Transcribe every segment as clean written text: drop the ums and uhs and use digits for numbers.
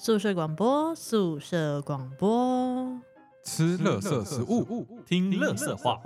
宿舍广播，宿舍广播， 吃垃圾食物， 听垃圾话。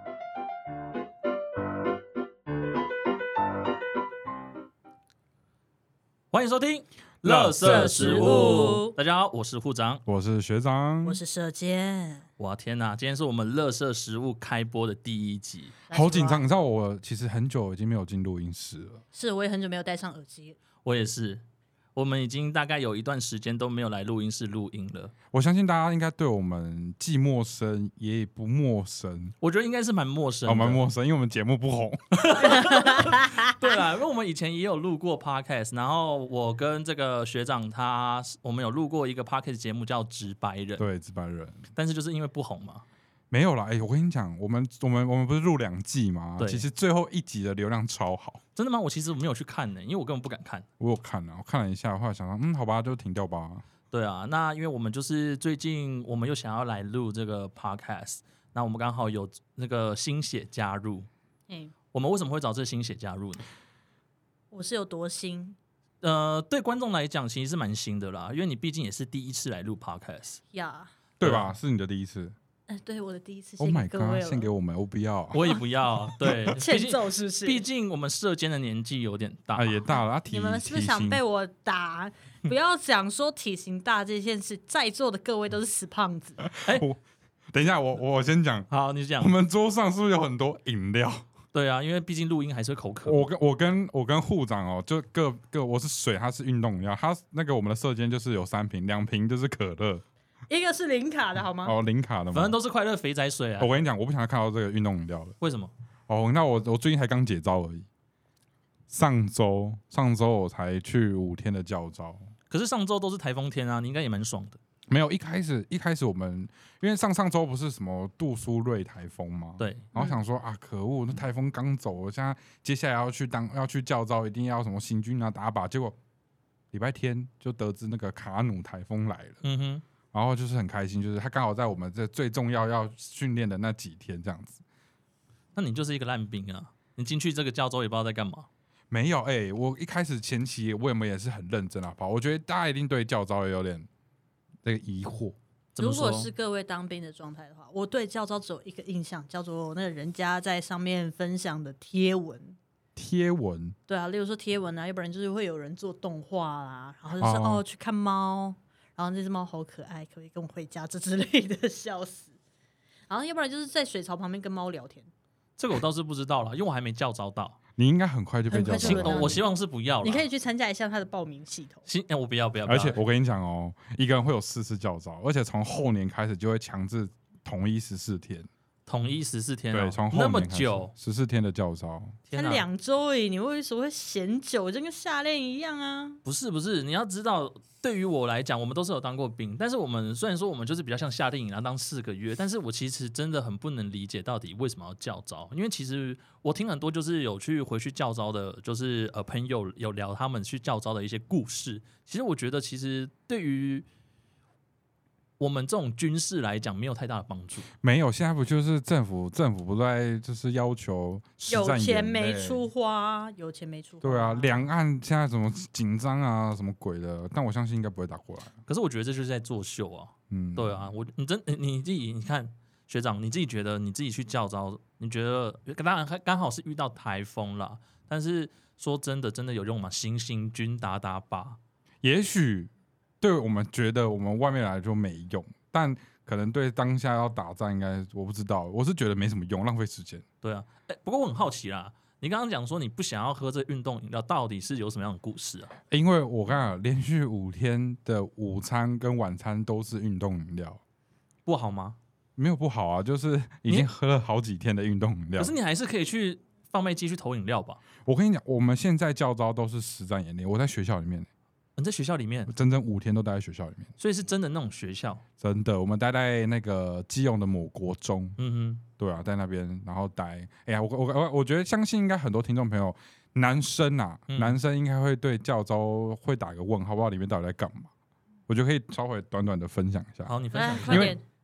欢迎收听垃圾食物。大家好，我是护长， 我是学长， 我是舍监。 哇天哪，今天是我们垃圾食物开播的第一集， 好紧张。你知道我其实很久已经没有进录音室了， 是，我也很久没有戴上耳机。 我也是。我们已经大概有一段时间都没有来录音室录音了。 我相信大家应该对我们既陌生也不陌生。 我觉得应该是蛮陌生的， 蛮陌生，因为我们节目不红。 对啦，因为我们以前也有录过 podcast， 然后我跟这个学长我们有录过一个 podcast 节目叫《直白人》， 对，直白人， 但是就是因为不红嘛。 没有啦，我跟你讲，我们不是录2季吗？其实最后1集的流量超好。 真的吗？我其实没有去看呢，因为我根本不敢看。 我有看啊，我看了一下，后来想说，好吧，就停掉吧。 对啊，那因为我们就是最近我们又想要来录这个 podcast， 那我们刚好有那个新血加入。我们为什么会找这个新血加入呢？ 我是有多新？ 对观众来讲其实是蛮新的啦，因为你毕竟也是第一次来录 podcast 呀， 对吧？是你的第一次。 对，我的第一次。 Oh my god！ 献给我们，我不要， 我也不要。对， 欠揍是不是？ 毕竟我们舍监的年纪有点大， 也大了。 你们是不是想被我打？不要讲说体型大这件事，在座的各位都是死胖子。 等一下，我先讲。 好，你讲。 我们桌上是不是有很多饮料？ 对啊，因为毕竟录音还是会口渴。 我跟护长哦，就各我是水，他是运动饮料，他那个我们的舍监就是有3瓶，2瓶就是可乐。 一个是零卡的好吗？ 零卡的吗？ 反正都是快乐肥仔水啊。 我跟你讲，我不想看到这个运动饮料了。 为什么？ 那我最近才刚解招而已。上周我才去5天的教招。 可是上周都是台风天啊，你应该也蛮爽的。 没有，一开始我们因为上周不是什么杜苏芮台风吗？ 对。 然后想说可恶，那台风刚走，我现在接下来要去教招，一定要什么行军啊打靶。结果礼拜天就得知那个卡努台风来了。然后就是很开心，就是他刚好在我们这最重要训练的那几天这样子。 那你就是一个烂兵啊！你进去这个教州也不知道在干嘛。 没有我一开始前期我们也是很认真啊，我觉得大家一定对教招也有点这个疑惑。 如果是各位当兵的状态的话，我对教招只有一个印象，叫做那个人家在上面分享的贴文。对啊，例如说贴文啊，要不然就是会有人做动画啦，然后就是去看猫。然后这只猫好可爱，可不可以跟我回家？这之类的，笑死。然后要不然就是在水槽旁边跟猫聊天。这个我倒是不知道啦，因为我还没教招到。 你应该很快就被教招。 我希望是不要啦。 你可以去参加一下他的报名系统。 我不要。 而且我跟你讲一个人会有4次教招，而且从后年开始就会强制统一14天。 统一14天， 对，从后那么久 14天的教招， 才2周而已，你为什么会嫌久？就跟夏练一样啊！ 不是，你要知道，对于我来讲，我们都是有当过兵，但是我们虽然说我们就是比较像夏令营，然后当4个月，但是我其实真的很不能理解到底为什么要教招，因为其实我听很多就是有回去教招的，就是朋友有聊他们去教招的一些故事，其实我觉得其实对于我们这种军事来讲没有太大的帮助。 没有，现在不就是政府不在就是要求有钱没出花， 对啊，两岸现在怎么紧张啊，什么鬼的？但我相信应该不会打过来。 可是我觉得这就是在作秀啊。对啊，你自己你看学长，你自己觉得你自己去教招，你觉得当然刚好是遇到台风啦，但是说真的有用吗？行军打靶， 也许。对我们觉得我们外面来就没用，但可能对当下要打仗应该我不知道，我是觉得没什么用，浪费时间。 对啊，不过我很好奇啦，你刚刚讲说你不想要喝这运动饮料，到底是有什么样的故事啊？ 因为我刚刚连续5天的午餐跟晚餐都是运动饮料， 不好吗？ 没有不好啊，就是已经喝了好几天的运动饮料。 可是你还是可以去贩卖机去投饮料吧？ 我跟你讲，我们现在教招都是实战演练，我在学校里面。 你在学校里面， 整整5天都待在学校里面， 所以是真的那种学校。 真的，我们待在那个基隆的某国中，对啊，在那边，然后待。我觉得相信应该很多听众朋友，男生应该会对教招会打个问号，不知道里面到底在干嘛。我觉得可以稍微短短的分享一下。 好，你分享一下。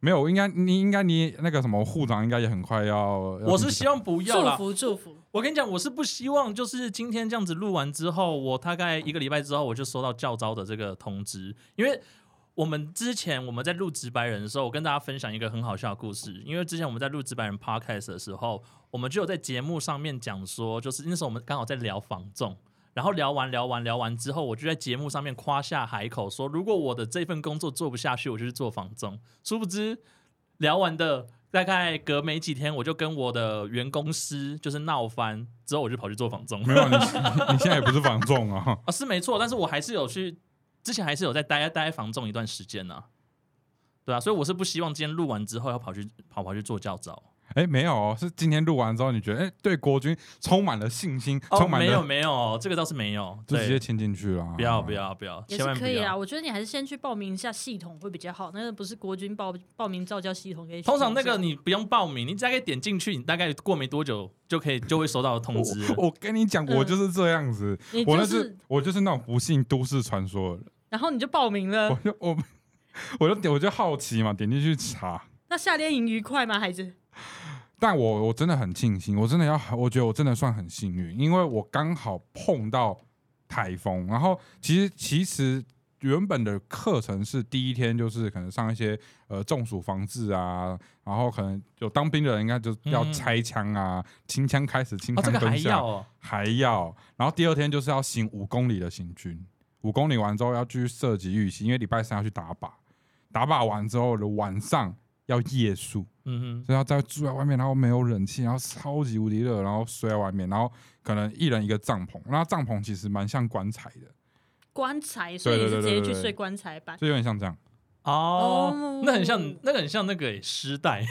没有，你那个什么护长应该也很快要。 我是希望不要啦， 祝福。 我跟你讲，我是不希望就是今天这样子录完之后，我大概1个礼拜之后我就收到教召的这个通知，因为我们之前我们在录直白人的时候，我跟大家分享一个很好笑的故事。因为之前我们在录直白人 podcast 的时候，我们就有在节目上面讲说，就是那时候我们刚好在聊房仲，然后聊完之后，我就在节目上面夸下海口说，如果我的这份工作做不下去，我就去做房仲。殊不知聊完的大概隔没几天，我就跟我的原公司就是闹翻，之后我就跑去做房仲。 没有，你现在也不是房仲啊。 是没错，但是我还是有去。之前还是有在待在房仲一段时间啊，对啊，所以我是不希望今天录完之后要跑去做教召。 没有哦，是今天录完之后，你觉得对国军充满了信心，充满了没有，这个倒是没有， 就直接签进去了。 不要， 也是可以啊。我觉得你还是先去报名一下系统会比较好，那个不是国军报名召教系统可以。 通常那个你不用报名，你大概点进去，你大概过没多久就会收到通知。 我跟你讲，我就是这样子，我就是那种不信都市传说的人。 然后你就报名了， 我就好奇嘛，点进去查。 那夏令营愉快吗，孩子？ 但我真的很庆幸，我觉得我真的算很幸运，因为我刚好碰到台风。然后其实原本的课程是第一天就是可能上一些中暑防治啊，然后可能有当兵的人应该就要拆枪啊，清枪开始清枪蹲下，还要。然后第二天就是要行5公里的行军，5公里完之后要继续射击预习，因为礼拜3要去打靶，打靶完之后的晚上要夜宿。所以要再住在外面，然后没有冷气，然后超级无敌热，然后睡在外面，然后可能一人一个帐篷，那帐篷其实蛮像棺材的。棺材， 所以你是直接去睡棺材板， 就有点像这样。 那很像那个尸袋。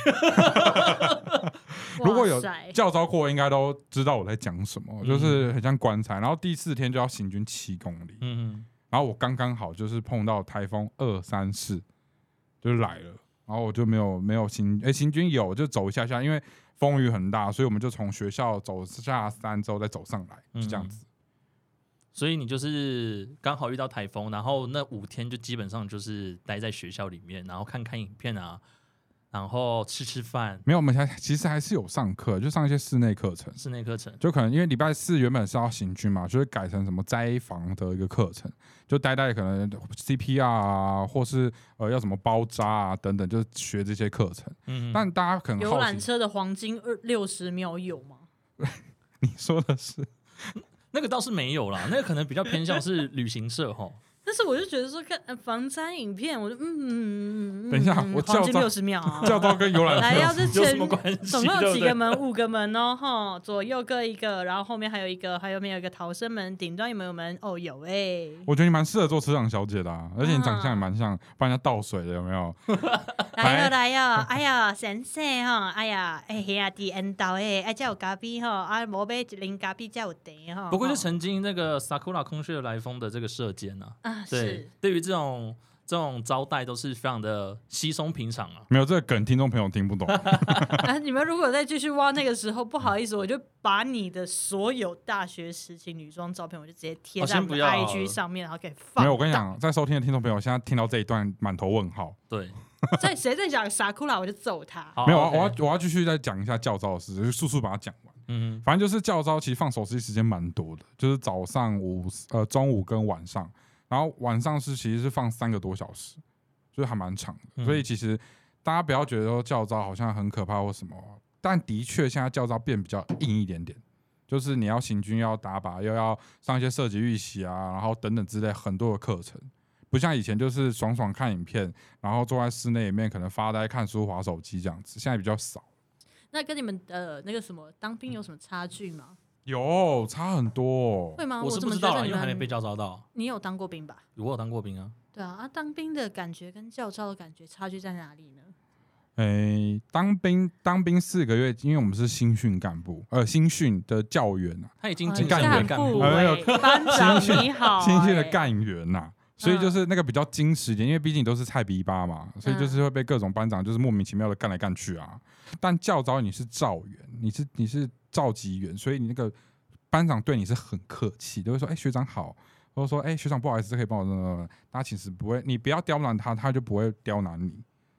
如果有教召过，应该都知道我在讲什么，就是很像棺材。然后第4天就要行军7公里，然后我刚刚好就是碰到台风2、3、4，就来了。然后我就没有行军有就走一下下，因为风雨很大，所以我们就从学校走下山之后再走上来，就这样子。 所以你就是刚好遇到台风，然后那5天就基本上就是待在学校里面，然后看看影片啊，然后吃饭。 没有，我们其实还是有上课，就上一些室内课程。就可能因为礼拜4原本是要行军嘛，就会改成什么斋房的一个课程，就待可能 CPR 啊，或是要什么包扎啊等等，就学这些课程。但大家可能好奇， 游览车的黄金60秒有吗？ 你说的是那个倒是没有啦，那个可能比较偏向是旅行社齁。 但是我就觉得说看防灾影片，我就等一下，我黄金60秒啊， 教招跟游览车来要是有什么关系？ 总共有几个门？5个门哦，哈，左右各一个，然后后面还有一个，还有没有一个逃生门？顶端有没有门？哦，有我觉得你蛮适合做车长小姐的啊，而且你长相也蛮像帮人家倒水的，有没有？ 来哟，哎呀，先生哈，哎呀，兄弟缘投诶，才有咖啡哈，无买1咖啡才有茶哈。 不过是曾经那个 Sakura 空穴来风的这个射箭啊。对，对于这种招待都是非常的稀松平常啊。 没有这个梗，听众朋友听不懂。 你们如果再继续挖那个时候，不好意思，我就把你的所有大学时期女装照片，我就直接贴在我的 IG 上面，然后给放。 没有，我跟你讲，在收听的听众朋友，现在听到这一段满头问号。 对， 谁在讲Sakura，我就揍他。 没有，我要继续再讲一下教召的事，就速速把它讲完。反正就是教召，其实放手机时间蛮多的，就是早上中午跟晚上。然后晚上其实是放3个多小时，就是还蛮长的。所以其实大家不要觉得说教召好像很可怕或什么，但的确现在教召变比较硬一点点，就是你要行军、要打靶，又要上一些射击预习啊，然后等等之类很多的课程，不像以前就是爽爽看影片，然后坐在室内里面可能发呆、看书、滑手机这样子，现在比较少。 那跟你们的那个什么当兵有什么差距吗？ 有差很多， 会吗？ 我是不知道啦，因为还没被教召到。 你有当过兵吧？ 我有当过兵啊。 对啊，当兵的感觉跟教召的感觉差距在哪里呢？ 当兵4个月，因为我们是新训干部，新训的教员啊， 他已经进干员干部，班长你好， 新训的干员呐。所以就是那个比较精实一点，因为毕竟都是菜逼吧嘛，所以就是会被各种班长就是莫名其妙的干来干去啊。但教召你是召员，你是召集员，所以你那个班长对你是很客气，都会说学长好，或者说学长不好意思，可以帮我大家其实不会，你不要刁难他，他就不会刁难你。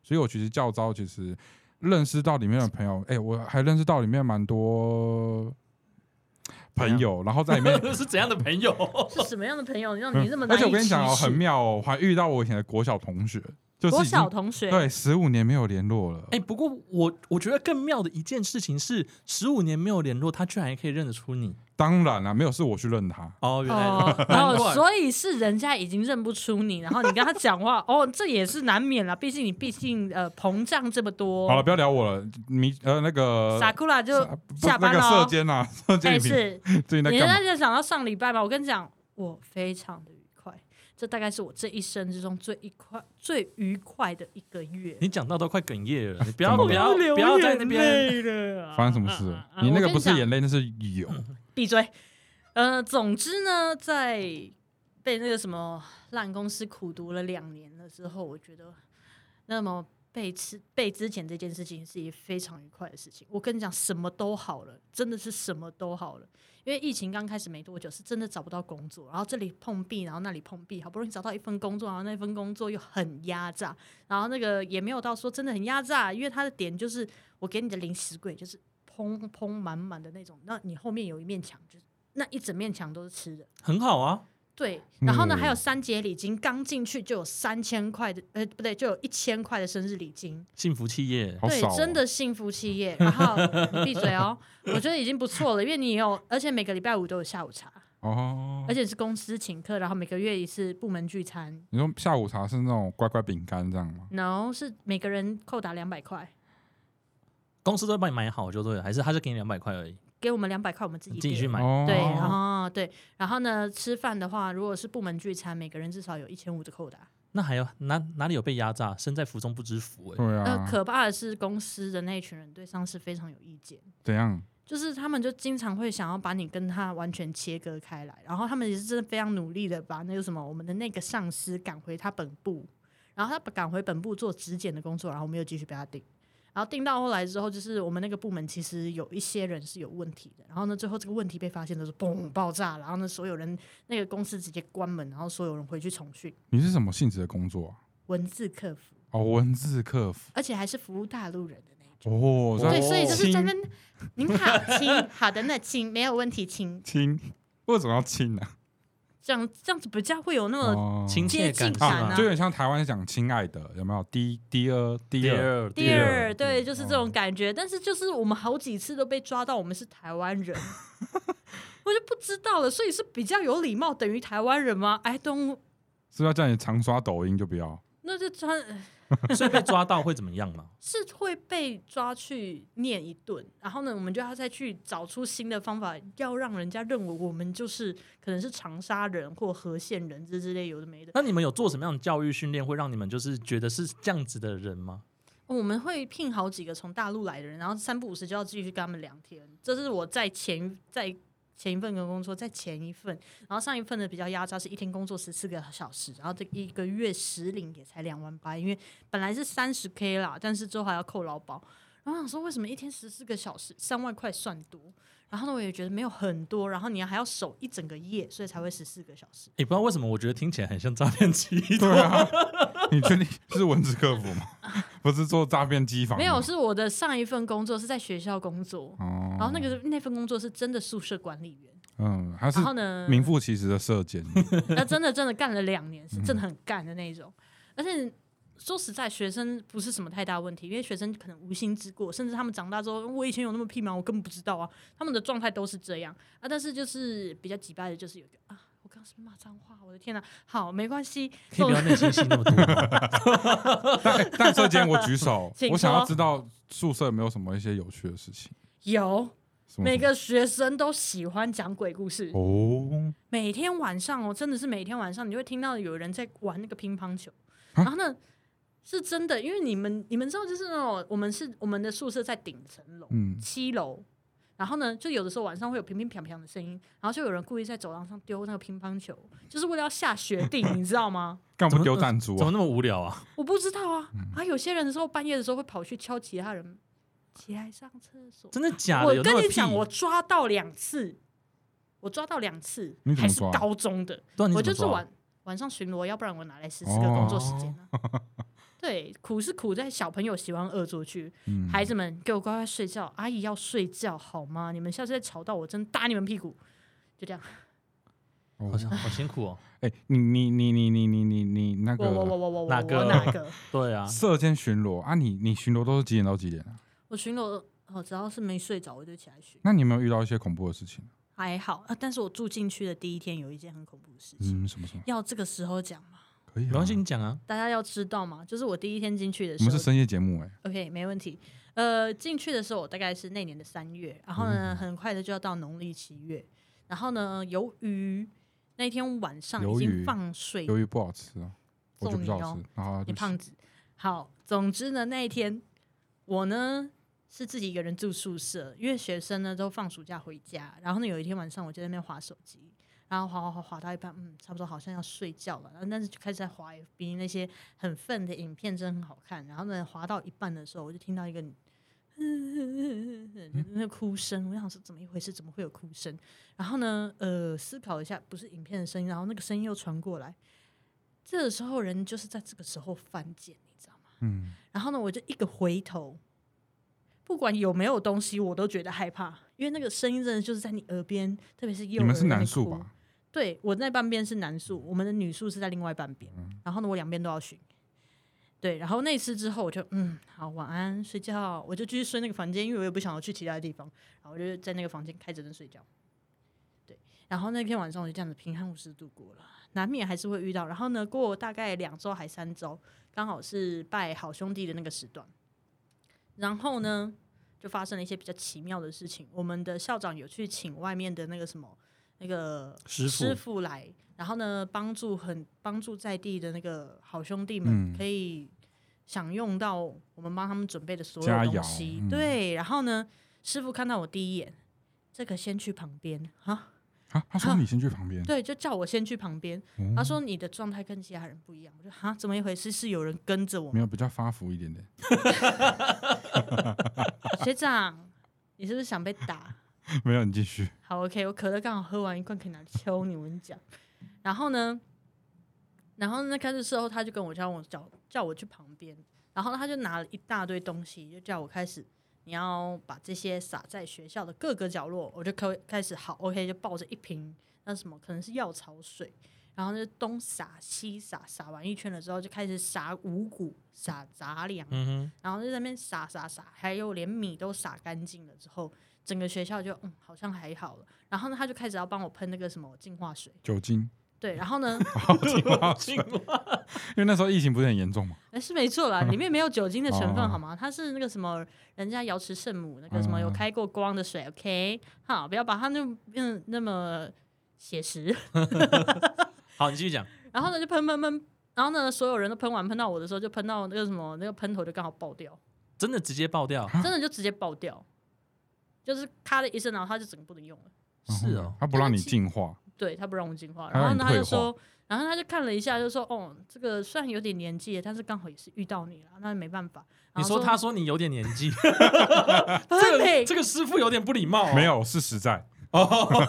所以我其实教招其实认识到里面的朋友，我还认识到里面蛮多朋友，然后在里面是怎样的朋友？ 是什么样的朋友？让你那么难以启齿？ 而且我跟你讲很妙哦，我还遇到我以前的国小同学。就是国小同学对15年没有联络了。 不过我觉得更妙的一件事情是，15年没有联络，他居然还可以认得出你。 当然啦，没有是我去认他。 原来所以是人家已经认不出你，然后你跟他讲话，这也是难免啦。毕竟膨胀这么多。 好了，不要聊我了。那个 Sakura 就下班了。 那个射箭啊，射箭是最近在干嘛？ 你现在就想到上礼拜吧，我跟你讲，我非常的。这大概是我这一生之中最愉快的一个月。 你讲到都快哽咽了，你不要在那边发生什么事？你那个不是眼泪，那是油。 闭嘴。总之呢，在被那个什么烂公司苦读了2年了之后，我觉得那么被之前这件事情是一个非常愉快的事情。我跟你讲，什么都好了，真的是什么都好了。因为疫情刚开始没多久，是真的找不到工作，然后这里碰壁，然后那里碰壁，好不容易找到一份工作，然后那份工作又很压榨，然后那个也没有到说真的很压榨，因为它的点就是我给你的零食柜就是砰满满的那种，那你后面有一面墙，就是那一整面墙都是吃的， 很好啊。 对，然后呢，还有3节礼金，刚进去就有3000块的，不对，就有1000块的生日礼金， 幸福企业， 对，真的幸福企业。然后你闭嘴哦，我觉得已经不错了，因为你有，而且每个礼拜5都有下午茶哦，而且是公司请客，然后每个月一次部门聚餐。 你说下午茶是那种乖乖饼干这样吗 ？No， 是每个人扣打200块， 公司都会帮你买好就对了，还是他就给你200块而已？ 给我们200块，我们自己去买。 对，然后呢，吃饭的话，如果是部门聚餐，每个人至少有1500的扣打。 那还有哪里有被压榨？身在福中不知福对啊。 可怕的是公司的那一群人对上司非常有意见。 怎样？ 就是他们就经常会想要把你跟他完全切割开来，然后他们也是真的非常努力的把那个什么我们的那个上司赶回他本部，然后他赶回本部做质检的工作，然后我们又继续被他定。然后定到后来之后，就是我们那个部门其实有一些人是有问题的，然后呢，最后这个问题被发现的是嘣爆炸，然后呢，所有人那个公司直接关门，然后所有人回去重训。 你是什么性质的工作啊？ 文字客服。 文字客服， 而且还是服务大陆人的那种。 对，所以就是这边您好，亲，好的，那亲没有问题，亲。 为什么要亲呢？ 这样子比较会有那种亲切感啊， 就有点像台湾讲亲爱的，有没有？第二， 对，就是这种感觉。但是就是我们好几次都被抓到我们是台湾人，我就不知道了。所以是比较有礼貌等于台湾人吗？是不是要叫你常刷抖音就不要？ 那就所以被抓到会怎么样吗？ 是会被抓去念一顿，然后呢，我们就要再去找出新的方法，要让人家认为我们就是可能是长沙人或河县人之类有的没的。 那你们有做什么样的教育训练，会让你们就是觉得是这样子的人吗？ 我们会聘好几个从大陆来的人，然后3不5时就要继续跟他们聊天。这是我在前一份工作，在前一份，然后上一份的比较压榨，是一天工作14个小时，然后这1个月实领也才28000，因为本来是30K 啦，但是之后还要扣劳保。然后我想说，为什么一天14个小时3万块算多？然后呢，我也觉得没有很多，然后你还要守一整个夜，所以才会14个小时。 不知道为什么，我觉得听起来很像诈骗集团。 对啊，你确定是文字客服吗？不是做诈骗机房？ 没有，是我的上一份工作是在学校工作，然后那份工作是真的宿舍管理员。 还是然后呢， 名副其实的舍监。 那真的干了2年，是真的很干的那种。而且说实在，学生不是什么太大问题，因为学生可能无心之过，甚至他们长大之后，我以前有那么屁吗？我根本不知道啊。他们的状态都是这样啊，但是就是比较击败的，就是有一个我刚刚是不是骂脏话？我的天哪！好，没关系， 可以不要内心戏那么多。 但这间我举手，我想要知道宿舍有没有什么一些有趣的事情。 有。每个学生都喜欢讲鬼故事哦。每天晚上真的是每天晚上，你会听到有人在玩那个乒乓球，然后呢是真的，因为你们知道，就是那种我们的宿舍在顶层楼，7楼，然后呢就有的时候晚上会有乒乒乓乓的声音，然后就有人故意在走廊上丢那个乒乓球，就是为了要吓学弟，你知道吗？ 干嘛丢弹珠？ 怎么那么无聊啊？ 我不知道啊。有些人的时候半夜的时候会跑去敲其他人起来上厕所。 真的假的？ 我跟你讲，我抓到2次，还是高中的。我就是晚上巡逻，要不然我哪来14个工作时间呢？ 对，苦是苦在小朋友喜欢恶作剧，孩子们给我乖乖睡觉，阿姨要睡觉好吗？你们下次再吵到我，真打你们屁股，就这样。 好辛苦哦。 你那个哪个？对啊， 射箭巡逻啊，你巡逻都是几点到几点啊？ 我巡逻只要是没睡着我就起来巡。 那你有没有遇到一些恐怖的事情？ 还好但是我住进去的第一天有一件很恐怖的事情。 什么？要这个时候讲吗？ 可以， 没关系，你讲啊。 大家要知道嘛，就是我第一天进去的时候， 我们是深夜节目 OK， 没问题。进去的时候我大概是那年的3月，然后呢，很快的就要到农历7月，然后呢，由于那天晚上已经放水， 鱿鱼不好吃啊，我就不好吃。 你胖子。好，总之呢，那一天我呢是自己一个人住宿舍，因为学生呢都放暑假回家，然后呢有一天晚上我就在那边滑手机。然后滑到一半，差不多好像要睡觉了，但是就开始在滑 FB 那些很愤的影片，真的很好看。然后呢，滑到一半的时候，我就听到一个那哭声，我想说怎么一回事？怎么会有哭声？然后呢，思考一下，不是影片的声音，然后那个声音又传过来。这个时候人就是在这个时候犯贱，你知道吗？然后呢，我就一个回头，不管有没有东西，我都觉得害怕，因为那个声音真的就是在你耳边，特别是幼儿。 你们是男宿吧？ 对，我那半边是男宿，我们的女宿是在另外半边，然后呢，我两边都要巡。对，然后那次之后，我就好，晚安，睡觉，我就继续睡那个房间，因为我也不想要去其他的地方，然后我就在那个房间开着灯睡觉。对，然后那天晚上我就这样子平安无事度过了，难免还是会遇到。然后呢，过大概2周还3周，刚好是拜好兄弟的那个时段，然后呢，就发生了一些比较奇妙的事情。我们的校长有去请外面的那个什么。那个师傅来，然后呢，帮助在地的那个好兄弟们可以享用到我们帮他们准备的所有东西。对，然后呢，师傅看到我第一眼，这个先去旁边他说你先去旁边， 对，就叫我先去旁边。他说你的状态跟其他人不一样。我说怎么一回事？是有人跟着我？ 没有，比较发福一点点。 学长，你是不是想被打？ 没有，你继续。 好 ，OK， 我可乐刚好喝完一罐，可以拿来敲你。我跟你讲，然后呢，开始之后，他就跟我叫我去旁边，然后他就拿了一大堆东西，就叫我开始，你要把这些撒在学校的各个角落。我就开始好 OK， 就抱着一瓶那什么可能是药草水，然后就东撒西撒，撒完一圈了之后，就开始撒五谷，撒杂粮，然后就在那边撒，还有连米都撒干净了之后。整个学校就好像还好了，然后呢，他就开始要帮我喷那个什么净化水， 酒精。 对，然后呢， 净化，因为那时候疫情不是很严重嘛。 是没错啦，里面没有酒精的成分好吗？它是那个什么人家瑶池圣母那个什么有开过光的水 ，OK， 好，不要把它那么写实。 好，你继续讲。 然后呢，就喷，然后呢，所有人都喷完，喷到我的时候，就喷到那个什么那个喷头就刚好爆掉， 真的直接爆掉， 真的就直接爆掉。就是咔的一声，然后他就整个不能用了。 是哦， 他不让你净化， 对他不让我净化，然后呢他就说，然后他就看了一下，就说这个虽然有点年纪，但是刚好也是遇到你了，那没办法。 你说他说你有点年纪，这个师傅有点不礼貌。 没有，是实在。好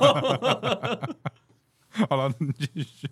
了，你继续。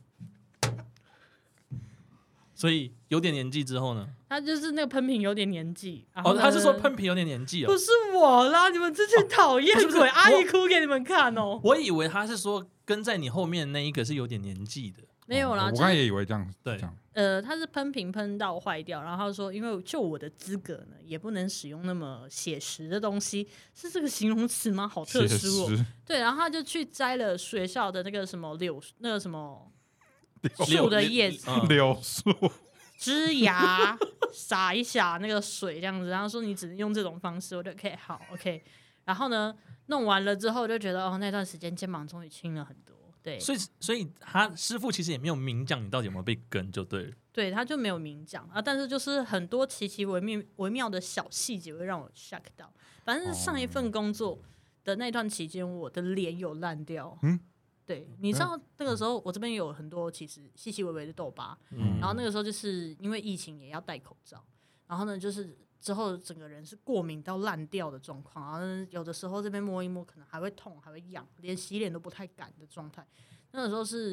所以有点年纪之后呢？ 他就是那个喷瓶有点年纪。 他是说喷瓶有点年纪不是我啦，你们这群讨厌鬼，阿姨哭给你们看哦。 我以为他是说跟在你后面那一个是有点年纪的。 没有啦， 我刚才也以为这样。 对， 他是喷瓶喷到坏掉，然后他说，因为就我的资格呢，也不能使用那么写实的东西，是这个形容词吗？好特殊哦。对，然后他就去摘了学校的那个什么那个什么。树的叶子， 柳树枝芽撒一撒那个水这样子，然后说你只能用这种方式，我就可以好 OK。然后呢，弄完了之后就觉得那段时间肩膀终于轻了很多。对， 所以他师傅其实也没有明讲你到底有没有被跟就对了。 对，他就没有明讲但是就是很多奇奇微妙的小细节会让我 shock 到。反正上一份工作的那段期间，我的脸有烂掉。对，你知道那个时候我这边有很多其实细细微微的痘疤，然后那个时候就是因为疫情也要戴口罩，然后呢就是之后整个人是过敏到烂掉的状况，然后有的时候这边摸一摸可能还会痛还会痒，连洗脸都不太敢的状态。那个时候是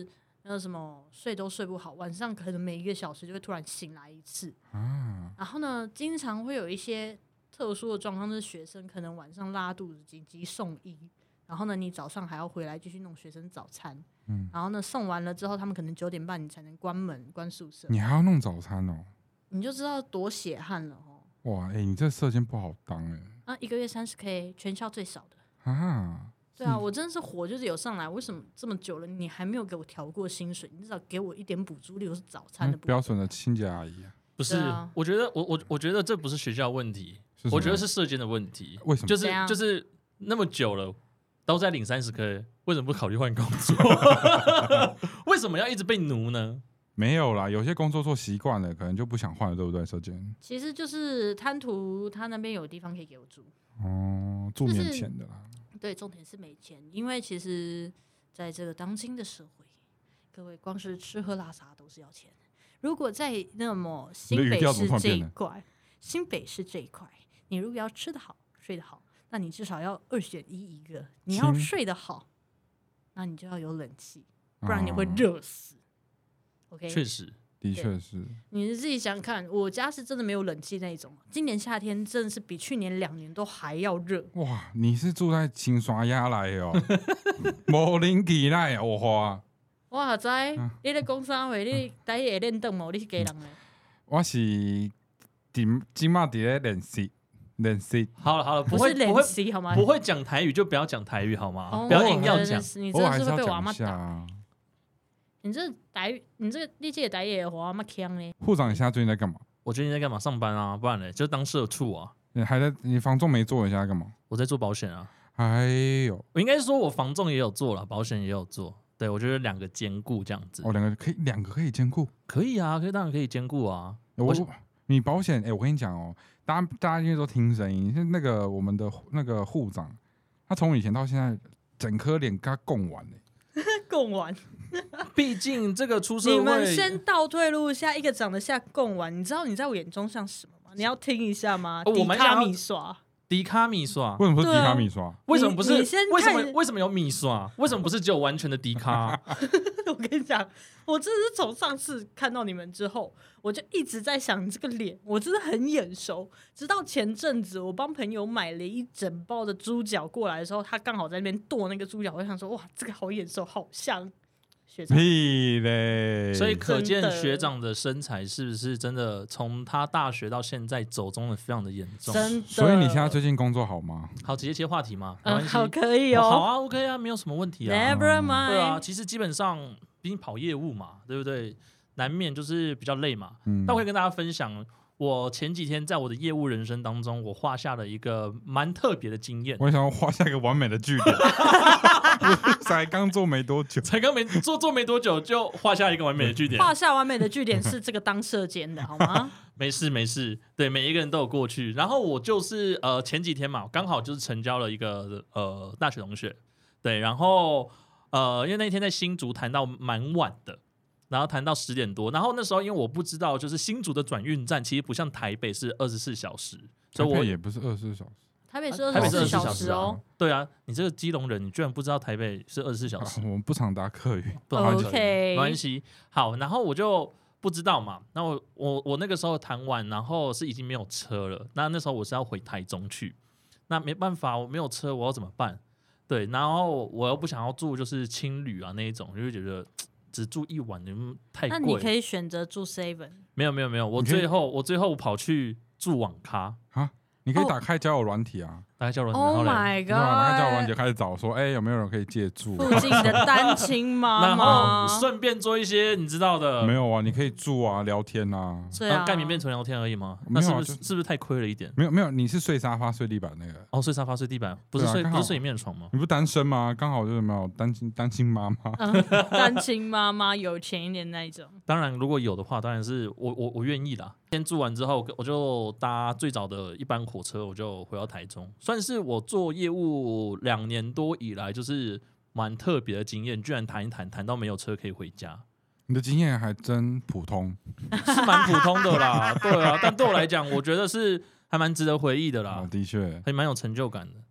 什么睡都睡不好，晚上可能每1个小时就会突然醒来一次啊。然后呢，经常会有一些特殊的状况，就是学生可能晚上拉肚子紧急送医，然后呢，你早上还要回来继续弄学生早餐。然后呢，送完了之后，他们可能9点半你才能关门关宿舍。 你还要弄早餐哦？ 你就知道多血汗了哦。 哇，你这社监不好当 1个月30K，全校最少的啊。 对啊，我真的是火就是有上来，为什么这么久了你还没有给我调过薪水？你至少给我一点补助，例如是早餐的部分。 标准的清洁阿姨不是，我觉得我觉得这不是学校问题，我觉得是社监的问题。 为什么？ 就是那么久了都在领30K，为什么不考虑换工作？为什么要一直被奴呢？ 没有啦，有些工作做习惯了，可能就不想换了，对不对？社监其实就是贪图他那边有地方可以给我住哦，住免钱的啦。 对，重点是没钱，因为其实在这个当今的社会，各位光是吃喝拉撒都是要钱。如果在那么新北市这一块，你如果要吃得好、睡得好，那你至少要2选1一个。你要睡得好，那你就要有冷气，不然你会热死。OK， 确实。 的确是， 你自己想想看，我家是真的没有冷气那一种，今年夏天真的是比去年2年都还要热。 哇，你是住在清沙亚来哦，无冷气来哦花。 我哪知？你咧讲啥话？你台语会练凳吗？你是家人诶？ 我是今嘛伫咧练习。 好了， 不是练习好吗？ 不会讲台语就不要讲台语好吗？不要硬要讲， 你真的是会被我阿妈打。你这台语，你这个台语的话，妈强呢。 护长，你现在最近在干嘛？ 我最近在干嘛？上班啊，不然呢，就当社畜啊。 你房仲没做，你现在干嘛？ 我在做保险啊。 哎呦， 我应该说我房仲也有做了，保险也有做。对，我觉得2个兼顾这样子。 哦，两个可以兼顾？ 可以啊，当然可以兼顾啊。 你保险，我跟你讲哦，大家因为都听声音，那个我们的那个护长，他从以前到现在，整颗脸跟他供完供完。 毕竟这个出社会， 你们先倒退录一下，一个长得像贡丸，你知道你在我眼中像什么吗？你要听一下吗？迪卡米刷， 迪卡米刷， 为什么是迪卡米刷？ 为什么不是？为什么有米刷？为什么不是只有完全的迪卡？ 我跟你讲，我真的是从上次看到你们之后，我就一直在想这个脸，我真的很眼熟。直到前阵子，我帮朋友买了一整包的猪脚过来的时候，他刚好在那边剁那个猪脚，我就想说，哇，这个好眼熟，好像。 屁嘞！ 所以可见学长的身材是不是真的从他大学到现在走中的非常的严重？ 真的。 所以你现在最近工作好吗？ 好，直接切话题吗？ 好，可以哦。 好啊 ，OK 啊，没有什么问题啊。 Never mind。 对啊，其实基本上毕竟跑业务嘛，对不对？难免就是比较累嘛。但我可以跟大家分享，我前几天在我的业务人生当中，我画下了一个蛮特别的经验。 我想要画下一个完美的句点。才刚做没多久， 做没多久就画下一个完美的句点。 画下完美的句点是这个当社监的好吗？ 没事，对，每一个人都有过去。然后我就是前几天嘛，刚好就是成交了一个大学同学，对，然后因为那天在新竹谈到蛮晚的。然后谈到10点多，然后那时候因为我不知道，就是新竹的转运站其实不像台北是24小时， 所以我也不是24小时。 台北是24小时哦。 对啊，你这个基隆人，你居然不知道台北是24小时？ 我们不常搭客运， 不好意思，没关系。好，然后我就不知道嘛。那我那个时候谈完，然后是已经没有车了。那时候我是要回台中去，那没办法，我没有车，我要怎么办？对，然后我又不想要住就是青旅啊那一种，就会觉得只住1晚太贵。 那你可以选择住 Seven。 没有，我最后跑去住网咖啊。你可以打开交友软体啊， 打开交友软体。 Oh my god！ 打开交友软体开始找说，有没有人可以借住？ 附近的单亲妈妈，然后顺便做一些你知道的。 没有啊，你可以住啊，聊天啊。 对啊， 盖棉被纯聊天而已吗？那是不是太亏了一点？ 没有，你是睡沙发睡地板那个。 哦，睡沙发睡地板，不是睡里面的床吗？ 你不单身吗？刚好就是没有单亲妈妈。 单亲妈妈有钱一点那一种。 当然，如果有的话，当然是我愿意啦。先住完之后，我就搭最早的一班火车，我就回到台中，算是我做业务2年多以来，就是蛮特别的经验。居然谈一谈到没有车可以回家， 你的经验还真普通， 是蛮普通的啦，对啊。但对我来讲，我觉得是还蛮值得回忆的啦， 的确， 还蛮有成就感的。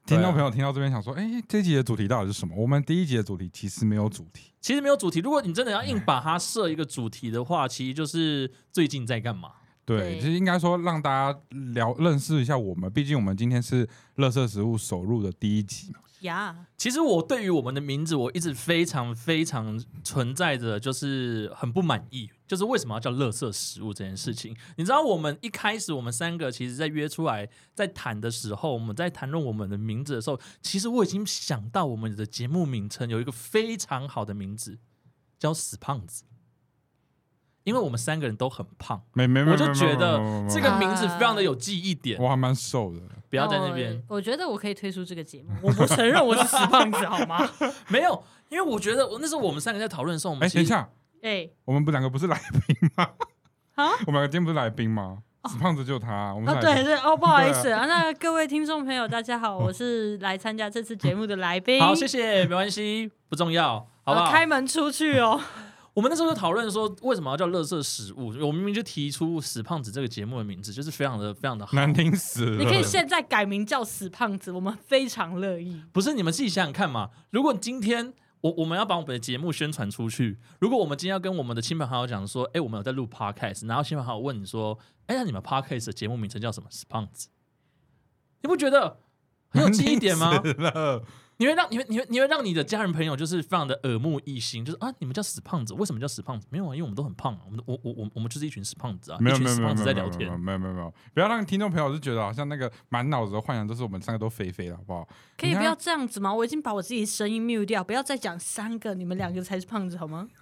听众朋友听到这边想说，这集的主题到底是什么？我们第一集的主题其实没有主题， 如果你真的要硬把它设一个主题的话，其实就是最近在干嘛。 对，其实应该说让大家认识一下我们，毕竟我们今天是垃圾食物首录的第一集嘛。 其实我对于我们的名字，我一直非常非常存在着就是很不满意，就是为什么要叫垃圾食物这件事情。你知道我们一开始我们3个其实在约出来在谈的时候，我们在谈论我们的名字的时候，其实我已经想到我们的节目名称有一个非常好的名字，叫死胖子。因为我们3个人都很胖，我就觉得这个名字非常的有记忆点。 我还蛮瘦的， 不要在那边。 我觉得我可以推出这个节目，我不承认我是死胖子，好吗？ 没有，因为我觉得那时候我们3个在讨论的时候，我们等一下，我们两个不是来宾吗？ 啊， 我们两个今天不是来宾吗？死胖子就他，我们对，不好意思啊。那各位听众朋友，大家好，我是来参加这次节目的来宾。 好，谢谢，没关系，不重要，好不好？ 开门出去哦。 我们那时候就讨论说，为什么要叫垃圾食物？我明明就提出死胖子这个节目的名字，就是非常的好， 难听死了。 你可以现在改名叫死胖子，我们非常乐意。 不是，你们自己想想看嘛。如果今天我们要把我们的节目宣传出去，如果我们今天要跟我们的亲朋好友讲说，我们有在录 podcast， 然后亲朋好友问你说，那你们 podcast 的节目名称叫什么？死胖子，你不觉得很有记忆点吗？你会让你的家人朋友就是非常的耳目一新，就是你们叫死胖子，为什么叫死胖子？没有啊，因为我们都很胖啊，我们就是一群死胖子啊，一群死胖子在聊天。 没有，不要让听众朋友就觉得好像那个满脑子的幻想都是我们3个都肥肥的，好不好？ 可以不要这样子吗？我已经把我自己声音 mute 掉，不要再讲3个，你们2个才是胖子好吗？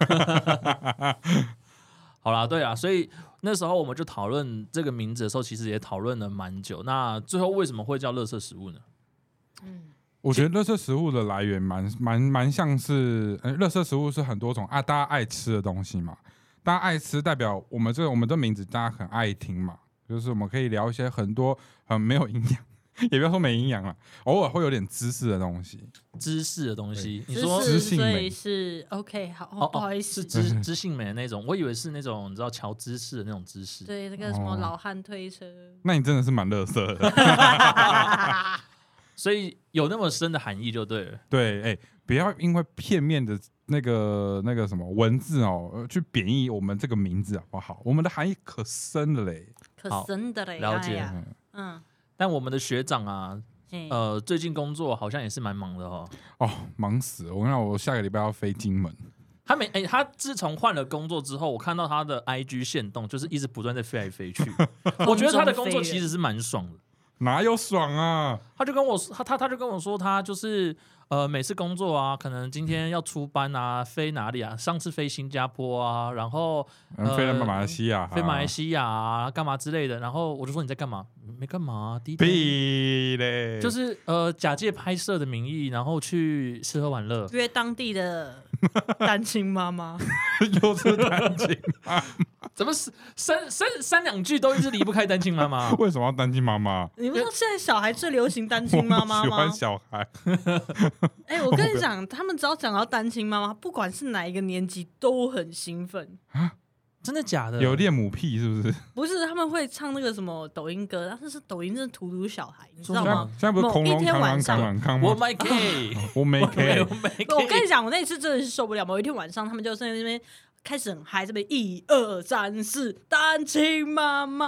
好啦，对啦，所以那时候我们就讨论这个名字的时候，其实也讨论了蛮久。那最后为什么会叫垃圾食物呢？ 我觉得垃圾食物的来源蛮像是，垃圾食物是很多种大家爱吃的东西嘛。大家爱吃代表我们的名字大家很爱听嘛，就是我们可以聊一些很多很没有营养，也不要说没营养了，偶尔会有点知识的东西。 你说知性美，所以是 OK 好，不好意思， 是知性美的那种，我以为是那种你知道乔知识的那种知识。 对，那个什么老汉推车。 那你真的是蛮垃圾的。 所以有那么深的含义就对了。 对，不要因为片面的那个什么文字去贬义我们这个名字好不好？我们的含义可深了嘞， 了解。但我们的学长啊，最近工作好像也是蛮忙的哦。 忙死了！我下个礼拜要飞金门。 他自从换了工作之后，我看到他的 IG 限动，就是一直不断在飞来飞去。我觉得他的工作其实是蛮爽的。 哪有爽啊？ 他就跟我说，他就是每次工作啊，可能今天要出班啊，飞哪里啊？上次飞新加坡啊，然后飞马来西亚， 飞马来西亚啊，干嘛之类的。然后我就说你在干嘛？没干嘛， 屁嘞， 就是假借拍摄的名义，然后去吃喝玩乐， 约当地的单亲妈妈， 又是单亲妈妈。 怎么三两句都一直离不开单亲妈妈？ 为什么要单亲妈妈？ 你不是说现在小孩最流行单亲妈妈吗？ 我喜欢小孩。 我跟你讲，他们只要讲到单亲妈妈，不管是哪一个年级，都很兴奋啊！真的假的？ 有恋母癖是不是？ 不是，他们会唱那个什么抖音歌，但是抖音是荼毒小孩，你知道吗？ 现在不是恐龙扛狼扛狼扛吗？ 我没 K， 我没 K。 我跟你讲，我那次真的是受不了。某一天晚上，他们就在那边开始很嗨，这边1、2、3、4，单亲妈妈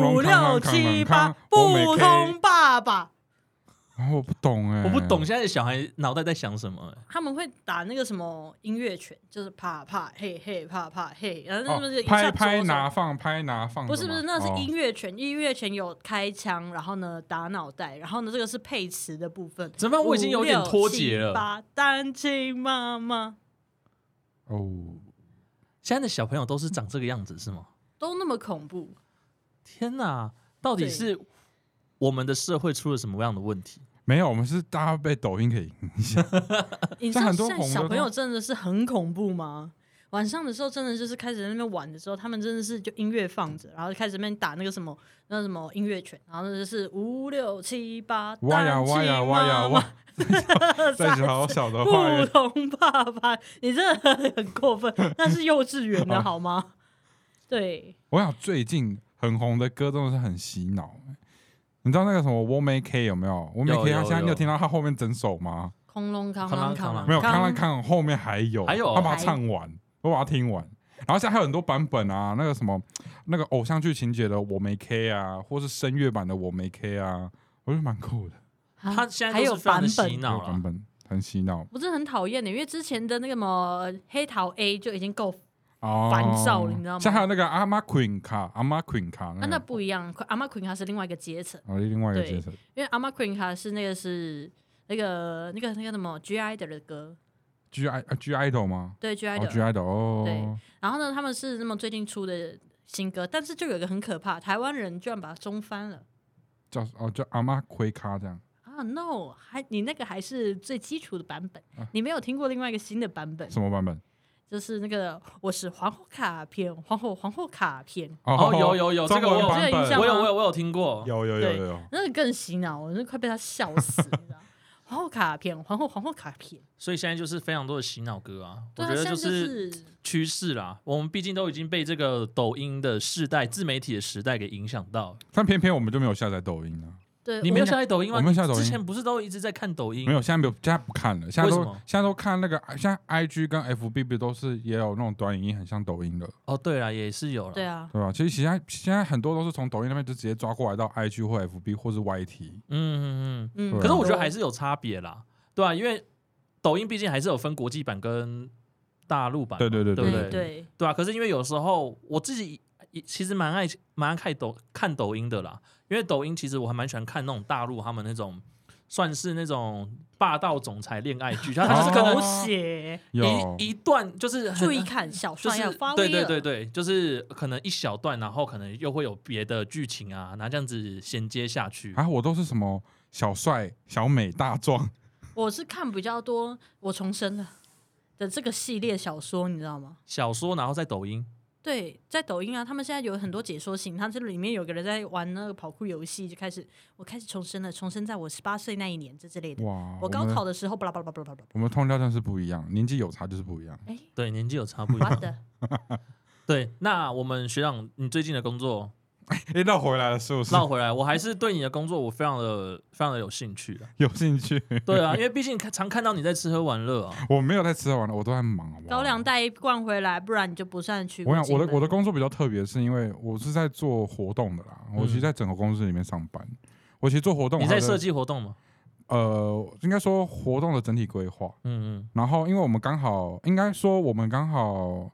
，5、6、7、8，不同爸爸。 我不懂我不懂现在的小孩脑袋在想什么。 他们会打那个什么音乐拳，就是啪啪嘿嘿啪啪嘿，然后那拍拿放拍拿放。 不是，那是音乐拳。音乐拳有开枪，然后呢打脑袋，然后呢这个是配词的部分。 怎么办？我已经有点脱节了。 5、6、7、8，单亲妈妈。 现在的小朋友都是长这个样子是吗？ 都那么恐怖？ 天哪！到底是我们的社会出了什么样的问题？ 没有，我们是大家被抖音给影响。 你知道现在小朋友真的是很恐怖吗？晚上的时候真的就是开始在那边玩的时候，他们真的是就音乐放着，然后开始在那边打那个什么音乐拳，然后就是5、6、7、8， 哇呀哇呀哇呀哇！在好小的花园， 不同爸爸，你真的很过分，那是幼稚园的好吗？对， 我想最近很红的歌真的是很洗脑。 你知道那个什么 Woman-K 有没有 ？Woman-K 他现在你有听到他后面整首吗？ 空隆康没有康康后面还有他把它唱完，我把它听完。然后现在还有很多版本啊，那个什么那个偶像剧情节的我没 K 啊，或是声乐版的我没 K 啊，我觉得蛮酷的。 他现在都是非常的洗脑了， 版本很洗脑。 我真的很讨厌的，因为之前的那个什么黑桃 A 就已经够烦躁了，你知道吗？ 像还有那个阿妈 Queen 卡， 那不一样，阿妈 Queen 卡是另外一个阶层， 另外一个阶层。 因为阿妈 Queen 卡是那个什么 G Idol 的歌。 G Idol 吗？ 对 G Idol， G Idol 哦。对， 然后呢，他们是那么最近出的新歌，但是就有一个很可怕，台湾人居然把它中翻了， 叫阿妈奎卡这样。 No， 你那个还是最基础的版本，你没有听过另外一个新的版本？ 什么版本？ 就是那个我是皇后卡片，皇后卡片。 有这个我有听过， 有， 那个更洗脑，我真的快被他笑死，你知道。皇后卡片，皇后卡片， 所以现在就是非常多的洗脑歌啊，我觉得就是趋势啦。我们毕竟都已经被这个抖音的世代、自媒体的时代给影响到， 但偏偏我们就没有下载抖音啊。 对， 你没有下载抖音吗？ 我没有下载抖音， 之前不是都一直在看抖音？ 没有，现在不看了。现在都看那个，现在 IG 跟 FB 不都是也有那种短影音，很像抖音的。 哦，对啊，也是有了。 对啊， 对吧？其实现在很多都是从抖音那边就直接抓过来到 IG 或 FB 或是 YT。 可是我觉得还是有差别啦，对啊，因为抖音毕竟还是有分国际版跟大陆版，对啊。可是因为有时候我自己其实蛮爱看抖音的啦。因为抖音其实我还蛮喜欢看那种大陆他们那种算是那种霸道总裁恋爱剧，它就是可能写一段就是注意看小帅要发威了，对，就是可能一小段，然后可能又会有别的剧情啊，然后这样子衔接下去。 我都是什么小帅、小美、大壮， 我是看比较多我重生了的这个系列小说，你知道吗？ 小说，然后在抖音。 对，在抖音啊，他们现在有很多解说型，他这里面有个人在玩那个跑酷游戏，我开始重生了，重生在我18岁那一年，这之类的。哇！我高考的时候，巴拉巴拉巴拉巴拉。 我们通调真是不一样，年纪有差就是不一样。 对，年纪有差不一样。对，那我们学长，你最近的工作？ 绕回来了是不是？ 绕回来，我还是对你的工作我非常的有兴趣。 有兴趣？ 对啊，因为毕竟常看到你在吃喝玩乐啊。 我没有在吃喝玩乐，我都在忙。 高粱带一罐回来，不然你就不算去。 我想我的工作比较特别，是因为我是在做活动的啦。我其实在整个公司里面上班。我其实做活动， 你在设计活动吗？ 应该说活动的整体规划。然后，因为我们刚好，你们刚好。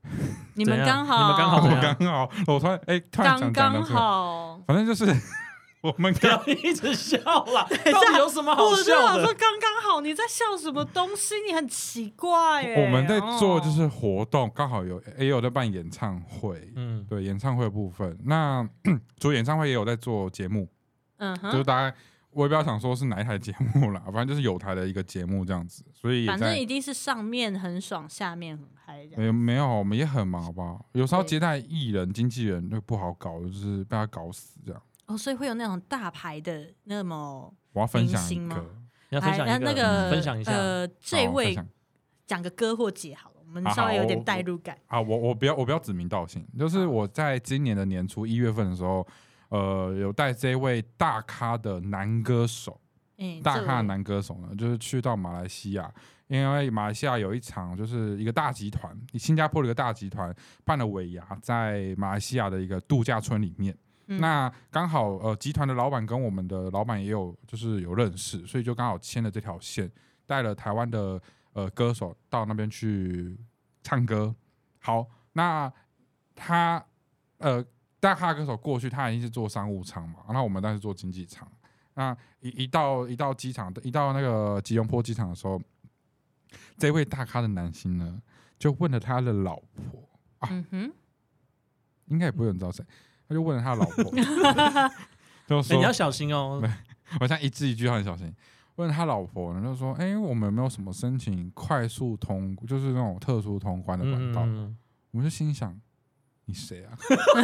我突然刚好， 反正就是我们不要一直笑啦，到底有什么好笑的？ 我说刚刚好，你在笑什么东西？你很奇怪耶。 我们在做就是活动，刚好也有在办演唱会，对演唱会的部分。那除了演唱会，也有在做节目，就是大概。我也不要想说是哪一台节目啦，反正就是有台的一个节目这样子，所以反正一定是上面很爽，下面很嗨这样。 没有，我们也很忙，好不好？有时候接待艺人、经纪人就不好搞，就是被他搞死这样。 所以会有那种大牌的那么我要分享一个， 你要分享一个，分享一下。 这位讲个哥或姐好了，我们稍微有点代入感。 我不要指名道姓，就是我在今年的年初1月份的时候。有带这位大咖的男歌手，大咖的男歌手呢，就是去到马来西亚，因为马来西亚有一场就是一个大集团，新加坡的一个大集团办了尾牙，在马来西亚的一个度假村里面。那刚好集团的老板跟我们的老板也有就是有认识，所以就刚好牵了这条线，带了台湾的歌手到那边去唱歌。好，那他大咖歌手过去，他已经是做商务舱嘛，然后我们当时做经济舱。那一到机场，一到那个吉隆坡机场的时候，这位大咖的男星呢，就问了他的老婆应该也不会有人知道谁，他就问了他的老婆，就说你要小心哦。 我现在一字一句很小心。问他老婆呢，就说我们有没有什么申请快速通，就是那种特殊通关的管道？我们就心想。你谁啊？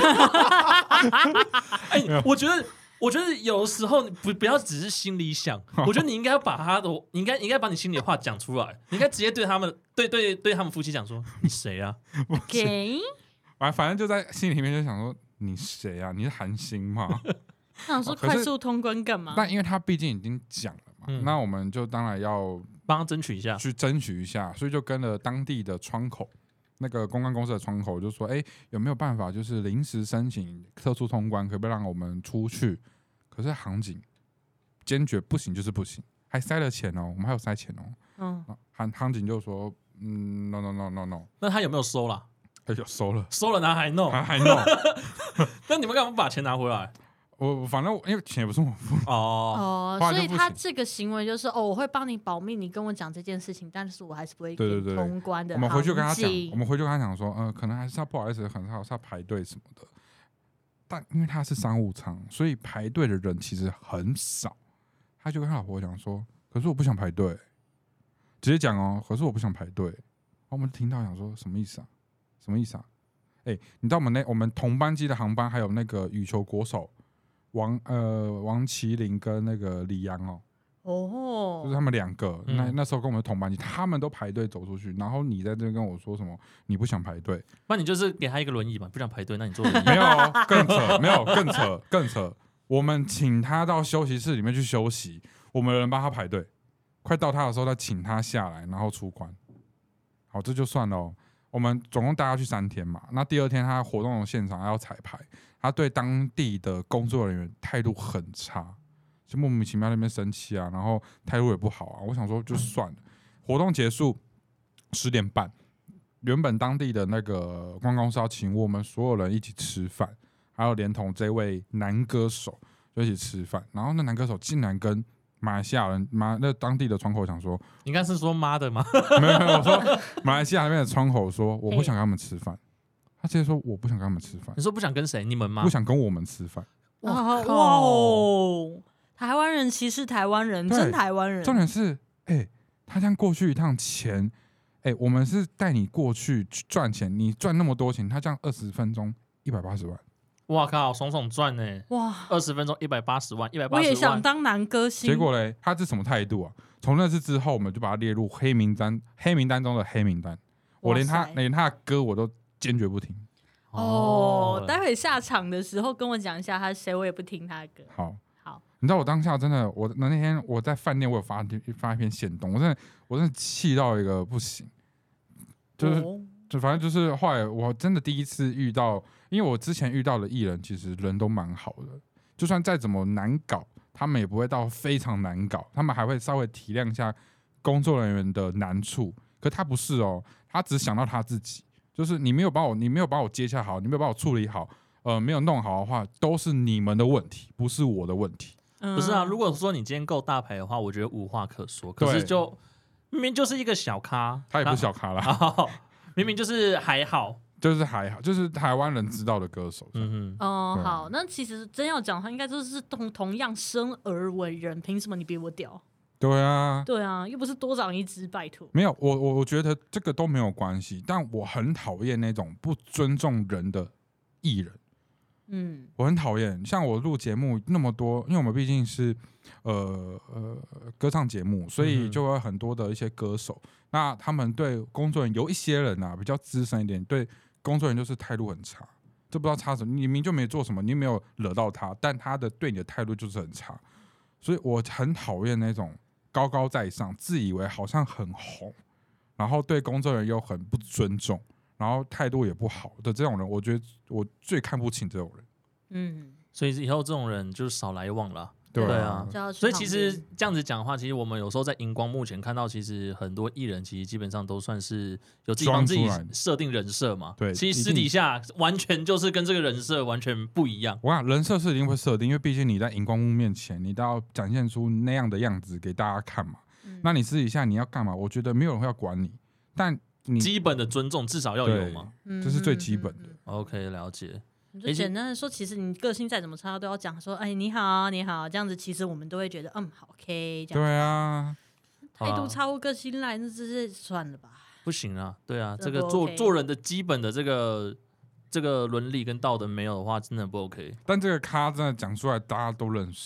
我觉得有的时候不要只是心里想，我觉得你应该要把你应该把你心里的话讲出来，你应该直接对他们对他们夫妻讲说你谁啊？ 反正就在心里面就想说你谁啊？你是韩星吗？ 想说快速通关干嘛？ 但因为他毕竟已经讲了嘛，那我们就当然要帮他争取一下， 所以就跟了当地的窗口，那个公关公司的窗口就说，有没有办法就是临时申请特殊通关，可不可以让我们出去？可是航警坚决不行，就是不行，还塞了钱哦，我们还有塞钱哦。航警就说，no。 那他有没有收啦？ 有收了， 他还弄，那你们干嘛不把钱拿回来？ 我反正因为钱也不是我付所以他这个行为就是我会帮你保密，你跟我讲这件事情，但是我还是不会给通关的。 我们回去跟他讲说，可能还是他不好意思，可能还是他排队什么的。但因为他是商务舱，所以排队的人其实很少。他就跟他老婆讲说，可是我不想排队，直接讲哦，可是我不想排队。我们听到想说什么意思啊？什么意思啊？你知道我们同班机的航班还有那个羽球国手王麒麟跟那个李阳就是他们2个，那时候跟我们同班机，他们都排队走出去，然后你在这跟我说什么？你不想排队？ 那你就是给他一个轮椅嘛，不想排队，那你坐轮椅。 没有，更扯。我们请他到休息室里面去休息，我们人帮他排队，快到他的时候再请他下来，然后出关。好，这就算了。我们总共带他去3天嘛，那第2天他活动的现场要彩排，他对当地的工作人员态度很差，就莫名其妙那边生气啊，然后态度也不好啊。我想说就算了。活动结束10点半，原本当地的那个观光公司要请我们所有人一起吃饭，还有连同这位男歌手就一起吃饭，然后那男歌手竟然跟马来西亚人那当地的窗口讲说， 你刚是说妈的吗？ 没有，我说马来西亚那边的窗口说我不想跟他们吃饭，他直接说我不想跟他们吃饭。 你说不想跟谁？你们吗？ 不想跟我们吃饭。 哇，台湾人歧视台湾人，真台湾人。 重点是，他这样过去一趟钱，我们是带你过去赚钱，你赚那么多钱，他这样20分钟180万。 哇靠，爽赚呢！哇，20分钟180万，180万。 我也想当男歌星。 结果嘞，他是什么态度啊？从那次之后，我们就把他列入黑名单中的黑名单。我连他的歌我都坚决不听。 待会下场的时候跟我讲一下他是谁，我也不听他的歌。 好，你知道我当下真的，那天我在饭店，我有发一篇限动，我真的气到一个不行，就反正就是后来我真的第一次遇到。因为我之前遇到的艺人，其实人都蛮好的，就算再怎么难搞，他们也不会到非常难搞，他们还会稍微体谅一下工作人员的难处。可他不是他只想到他自己，就是你没有把我接洽好，你没有把我处理好，没有弄好的话，都是你们的问题，不是我的问题。 不是啊，如果说你今天够大牌的话，我觉得无话可说。可是就明明就是一个小咖， 他也不是小咖啦， 明明就是还好。 就是台湾人知道的歌手。 好，那其实真要讲，他应该就是同样生而为人，凭什么你比我屌？ 对啊， 又不是多长一只，拜托。 没有，我觉得这个都没有关系，但我很讨厌那种不尊重人的艺人。我很讨厌，像我录节目那么多，因为我们毕竟是歌唱节目，所以就有很多的一些歌手，那他们对工作人员有一些人比较资深一点，对工作人员就是态度很差，就不知道差什么。你明明就没做什么，你没有惹到他，但他对你的态度就是很差，所以我很讨厌那种高高在上，自以为好像很红，然后对工作人员又很不尊重，然后态度也不好的这种人，我觉得我最看不起这种人。 所以以后这种人就是少来往了。 对啊， 所以其实这样子讲的话，其实我们有时候在荧光幕前看到，其实很多艺人其实基本上都算是有自己帮自己设定人设嘛。 对， 其实私底下完全就是跟这个人设完全不一样。 我讲人设是一定会设定，因为毕竟你在荧光幕面前，你都要展现出那样的样子给大家看嘛。那你私底下你要干嘛？我觉得没有人会要管你，但你基本的尊重至少要有嘛， 这是最基本的。 OK， 了解。 你就简单的说，其实你个性再怎么差，都要讲说，你好，你好，这样子，其实我们都会觉得，好 ，OK， 这样子。 对啊， 态度差或个性赖，那这是算了吧。 不行啊，对啊，这个做人的基本的这个伦理跟道德没有的话，真的不 OK。 但这个咖真的讲出来，大家都认识。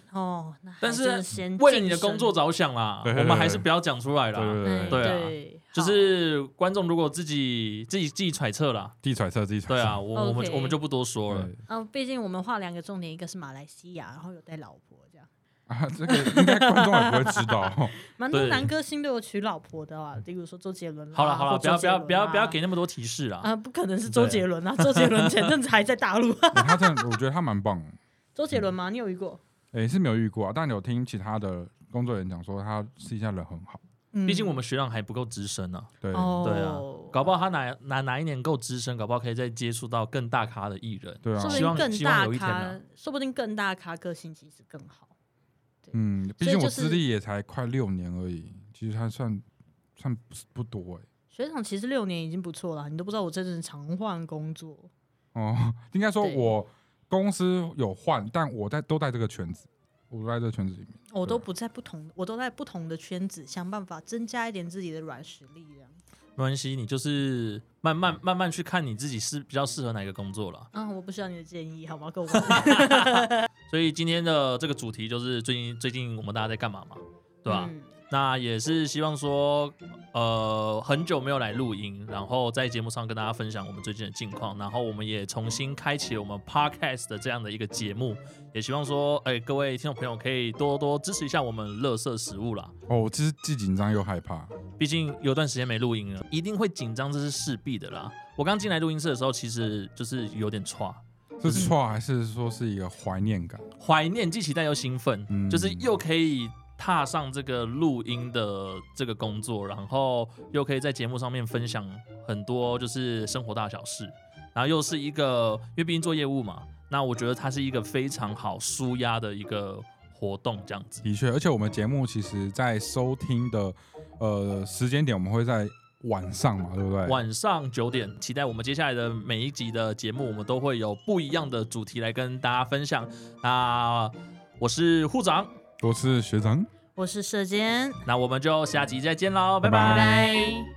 哦， 但是为了你的工作着想啦，我们还是不要讲出来啦。对啊，就是观众如果自己揣测啦， 自己揣测。 对啊，我们就不多说了。 毕竟我们画2个重点，一个是马来西亚，然后有带老婆这样。 这个应该观众也不会知道。 蛮多男歌星都有娶老婆的啊，例如说周杰伦。 好了，不要给那么多提示啦。 不可能是周杰伦啊！周杰伦前阵子还在大陆。 他真的，我觉得他蛮棒的。 周杰伦吗？你有遇过？ 是没有遇过啊，但有听其他的工作人员讲说，他私底下人很好。 毕竟我们学长还不够资深啊。 对啊，搞不好他哪一年够资深，搞不好可以再接触到更大咖的艺人。 对啊， 说不定更大咖，说不定更大咖个性其实更好。 毕竟我资历也才快6年而已，其实还算不多学长其实6年已经不错了，你都不知道我真的常换工作。 应该说我公司有换，但我都在这个圈子，我都在这个圈子里面。 我都在不同的圈子，想办法增加一点自己的软实力，这样。 没关系，你就是慢慢去看你自己是比较适合哪个工作了。 我不需要你的建议，好吗？够。 所以今天的这个主题就是最近我们大家在干嘛嘛，对吧？那也是希望说，很久没有来录音，然后在节目上跟大家分享我们最近的近况，然后我们也重新开启了我们 podcast 的这样的一个节目，也希望说，各位听众朋友可以多多支持一下我们垃圾食物啦。 我其实既紧张又害怕， 毕竟有段时间没录音了，一定会紧张，这是势必的啦。我刚进来录音室的时候，其实就是有点挫。 是挫还是说是一个怀念感？ 怀念，既期待又兴奋，就是又可以踏上这个录音的这个工作，然后又可以在节目上面分享很多就是生活大小事，然后又是一个，因为毕竟做业务嘛，那我觉得它是一个非常好抒压的一个活动，这样子。 的确，而且我们节目其实在收听的时间点，我们会在晚上嘛，对不对？ 晚上9点，期待我们接下来的每一集的节目，我们都会有不一样的主题来跟大家分享。那我是护长。 我是学长， 我是舍监， 那我们就下集再见喽，拜拜。